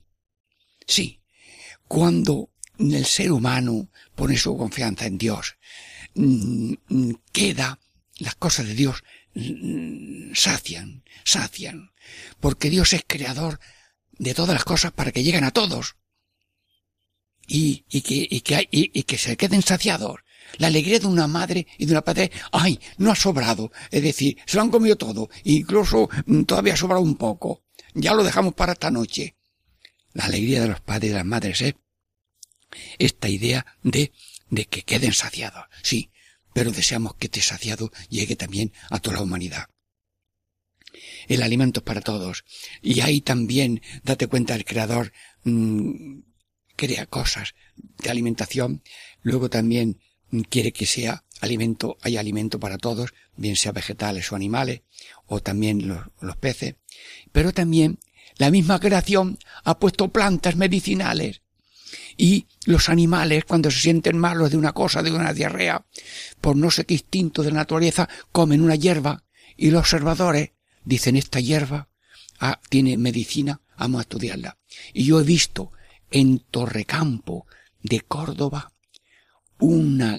Cuando el ser humano pone su confianza en Dios, queda, las cosas de Dios sacian, porque Dios es creador de todas las cosas para que lleguen a todos y que se queden saciados. La alegría de una madre y de una padre, ¡ay! No ha sobrado. Es decir, se lo han comido todo. Incluso todavía ha sobrado un poco. Ya lo dejamos para esta noche. La alegría de los padres y de las madres es esta idea de que queden saciados. Sí, pero deseamos que este saciado llegue también a toda la humanidad. El alimento es para todos. Y ahí también, date cuenta, el Creador crea cosas de alimentación. Luego también quiere que sea alimento, haya alimento para todos, bien sea vegetales o animales, o también los peces. Pero también la misma creación ha puesto plantas medicinales. Y los animales, cuando se sienten malos de una cosa, de una diarrea, por no sé qué instinto de la naturaleza, comen una hierba, y los observadores dicen, esta hierba tiene medicina, vamos a estudiarla. Y yo he visto en Torrecampo de Córdoba una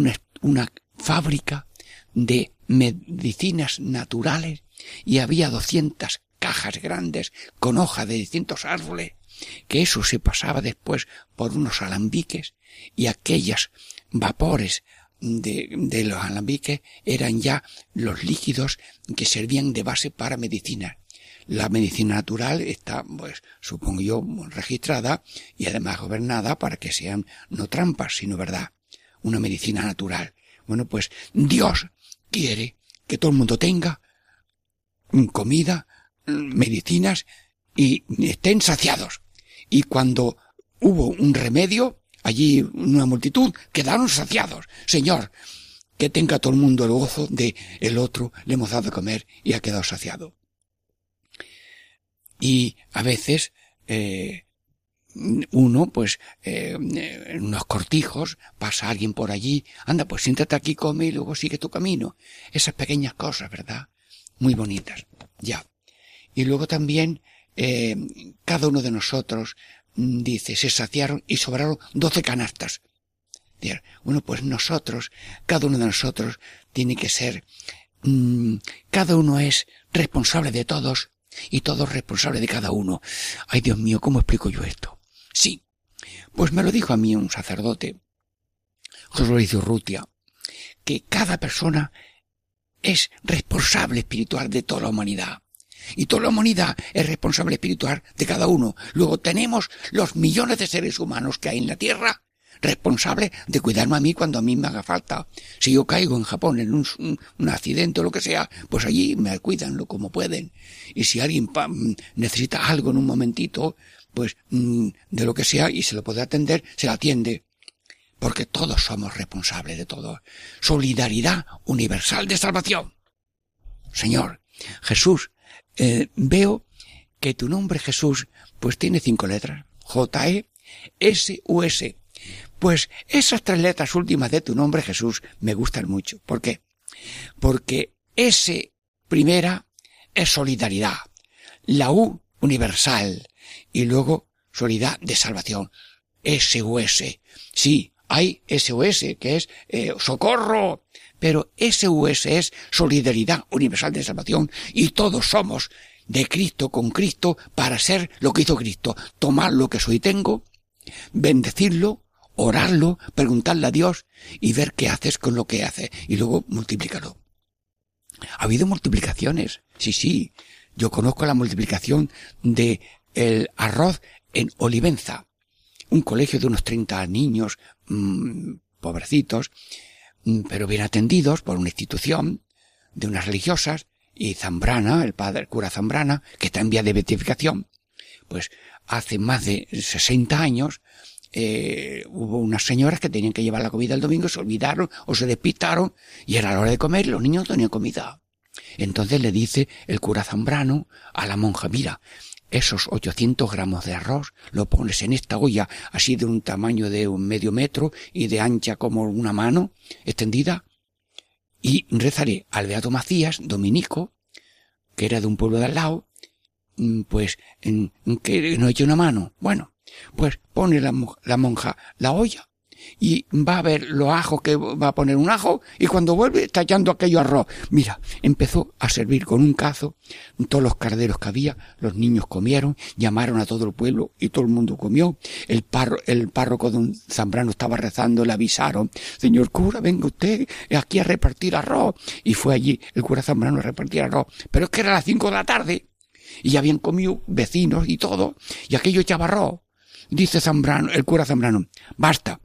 fábrica de medicinas naturales y había 200 cajas grandes con hojas de distintos árboles, que eso se pasaba después por unos alambiques y aquellos vapores de los alambiques eran ya los líquidos que servían de base para medicina. La medicina natural está, pues, supongo yo, registrada y además gobernada para que sean no trampas, sino verdad. Una medicina natural. Bueno, pues Dios quiere que todo el mundo tenga comida, medicinas y estén saciados. Y cuando hubo un remedio, allí una multitud quedaron saciados. Señor, que tenga todo el mundo el gozo de el otro, le hemos dado de comer y ha quedado saciado. Y a veces uno, pues, en unos cortijos, pasa alguien por allí, anda, pues siéntate aquí, come y luego sigue tu camino. Esas pequeñas cosas, ¿verdad? Muy bonitas, ya. Y luego también, cada uno de nosotros, dice, se saciaron y sobraron 12 canastas. Bueno, pues nosotros, cada uno de nosotros tiene que ser, cada uno es responsable de todos y todos responsables de cada uno. Ay, Dios mío, ¿cómo explico yo esto? Sí, pues me lo dijo a mí un sacerdote, José Luis Urrutia, que cada persona es responsable espiritual de toda la humanidad. Y toda la humanidad es responsable espiritual de cada uno. Luego tenemos los millones de seres humanos que hay en la Tierra, responsables de cuidarme a mí cuando a mí me haga falta. Si yo caigo en Japón en un accidente o lo que sea, pues allí me cuidan como pueden. Y si alguien necesita algo en un momentito, pues de lo que sea y se lo puede atender, se le atiende. Porque todos somos responsables de todo. Solidaridad universal de salvación. Señor, Jesús, veo que tu nombre Jesús pues tiene 5 letras. J-E-S-U-S. Pues esas 3 letras últimas de tu nombre Jesús me gustan mucho. ¿Por qué? Porque S primera es solidaridad. La U universal. Y luego solidaridad de salvación. S-U-S. Sí, hay S-U-S que es socorro. Pero S-U-S es solidaridad universal de salvación y todos somos de Cristo con Cristo para ser lo que hizo Cristo. Tomar lo que soy y tengo, bendecirlo, orarlo, preguntarle a Dios y ver qué haces con lo que haces y luego multiplícalo. ¿Ha habido multiplicaciones? Sí. Yo conozco la multiplicación de el arroz en Olivenza, un colegio de unos 30 niños, pobrecitos, pero bien atendidos por una institución de unas religiosas, y Zambrana, el cura Zambrana, que está en vía de beatificación, pues hace más de 60 años, hubo unas señoras que tenían que llevar la comida el domingo, se olvidaron o se despistaron, y era la hora de comer y los niños no tenían comida. Entonces le dice el cura Zambrano a la monja, mira, esos 800 gramos de arroz lo pones en esta olla así de un tamaño de un medio metro y de ancha como una mano extendida, y rezaré al beato Macías, dominico, que era de un pueblo de al lado, pues que no eche una mano. Bueno, pues pone la monja la olla y va a ver los ajos, que va a poner un ajo, y cuando vuelve está echando aquello arroz. Mira, empezó a servir con un cazo todos los carderos que había, los niños comieron, llamaron a todo el pueblo y todo el mundo comió. El párroco don Zambrano estaba rezando, le avisaron, señor cura, venga usted aquí a repartir arroz. Y fue allí el cura Zambrano a repartir arroz. Pero es que era las 5 de la tarde y ya habían comido vecinos y todo, y aquello echaba arroz. Dice Zambrano, el cura Zambrano, basta.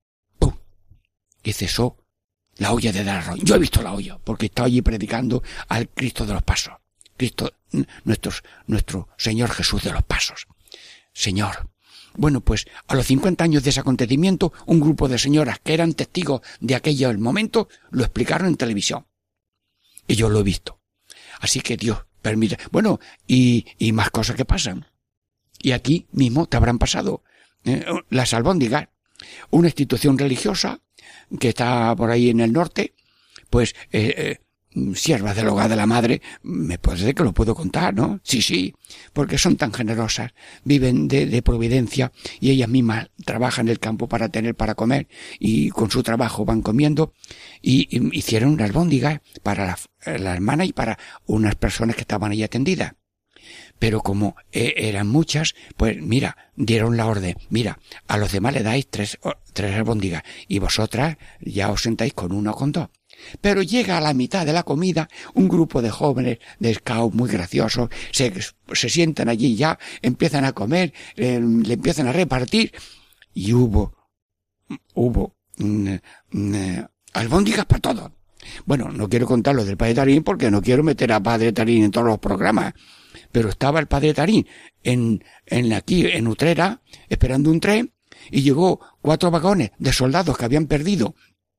Y cesó la olla de dar arroz. Yo he visto la olla, porque estaba allí predicando al Cristo de los Pasos. Cristo, nuestro Señor Jesús de los Pasos. Señor. Bueno, pues a los 50 años de ese acontecimiento, un grupo de señoras que eran testigos de aquel momento, lo explicaron en televisión. Y yo lo he visto. Así que Dios permite. Bueno, y más cosas que pasan. Y aquí mismo te habrán pasado. Las albóndigas, una institución religiosa que está por ahí en el norte, pues siervas del hogar de la madre, me parece que lo puedo contar, ¿no? Sí, porque son tan generosas, viven de providencia y ellas mismas trabajan en el campo para tener para comer y con su trabajo van comiendo, y hicieron una albóndiga para la hermana y para unas personas que estaban ahí atendidas. Pero como eran muchas, pues mira, dieron la orden, mira, a los demás le dais tres albóndigas y vosotras ya os sentáis con una o con dos. Pero llega a la mitad de la comida un grupo de jóvenes de scout muy graciosos, se sientan allí ya, empiezan a comer, le empiezan a repartir, y hubo albóndigas para todos. Bueno, no quiero contar lo del padre Tarín porque no quiero meter a padre Tarín en todos los programas. Pero estaba el padre Tarín aquí en Utrera, esperando un tren, y llegó 4 vagones de soldados que habían perdido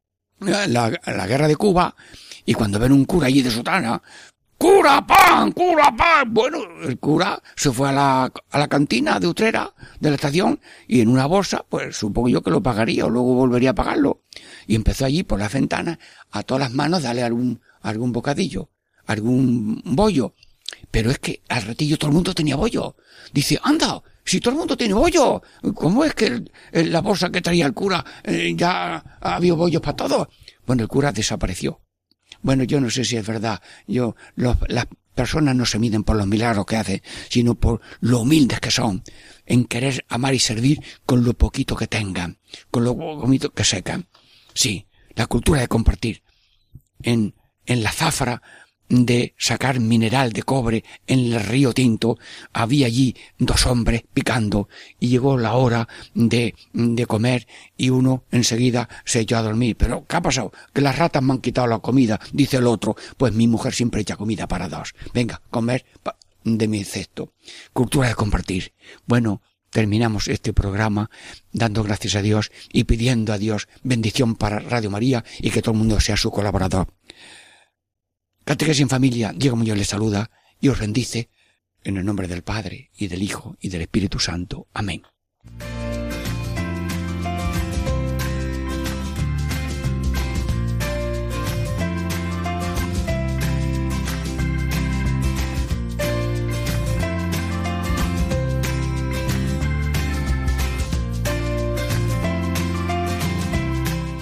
la guerra de Cuba, y cuando ven un cura allí de sotana, ¡cura pan! ¡Cura pan! Bueno, el cura se fue a la cantina de Utrera, de la estación, y en una bolsa, pues supongo yo que lo pagaría, o luego volvería a pagarlo. Y empezó allí por las ventanas, a todas las manos, darle algún bocadillo, algún bollo. Pero es que al ratillo todo el mundo tenía bollo. Dice, anda, si todo el mundo tiene bollo, ¿cómo es que la bolsa que traía el cura ya había bollos para todos? Bueno, el cura desapareció. Bueno, yo no sé si es verdad. Las personas no se miden por los milagros que hacen, sino por lo humildes que son, en querer amar y servir con lo poquito que tengan, con lo poquito que secan. Sí, la cultura de compartir. En la zafra de sacar mineral de cobre en el río Tinto, había allí 2 hombres picando, y llegó la hora de comer, y uno enseguida se echó a dormir. ¿Pero qué ha pasado? Que las ratas me han quitado la comida. Dice el otro, pues mi mujer siempre echa comida para 2. Venga, comer de mi cesto. Cultura de compartir. Bueno, terminamos este programa dando gracias a Dios y pidiendo a Dios bendición para Radio María y que todo el mundo sea su colaborador. Catequesis en Familia, Diego Muñoz les saluda y os bendice en el nombre del Padre, y del Hijo, y del Espíritu Santo. Amén.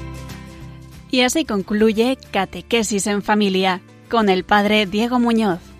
Y así concluye Catequesis en Familia con el Padre Diego Muñoz.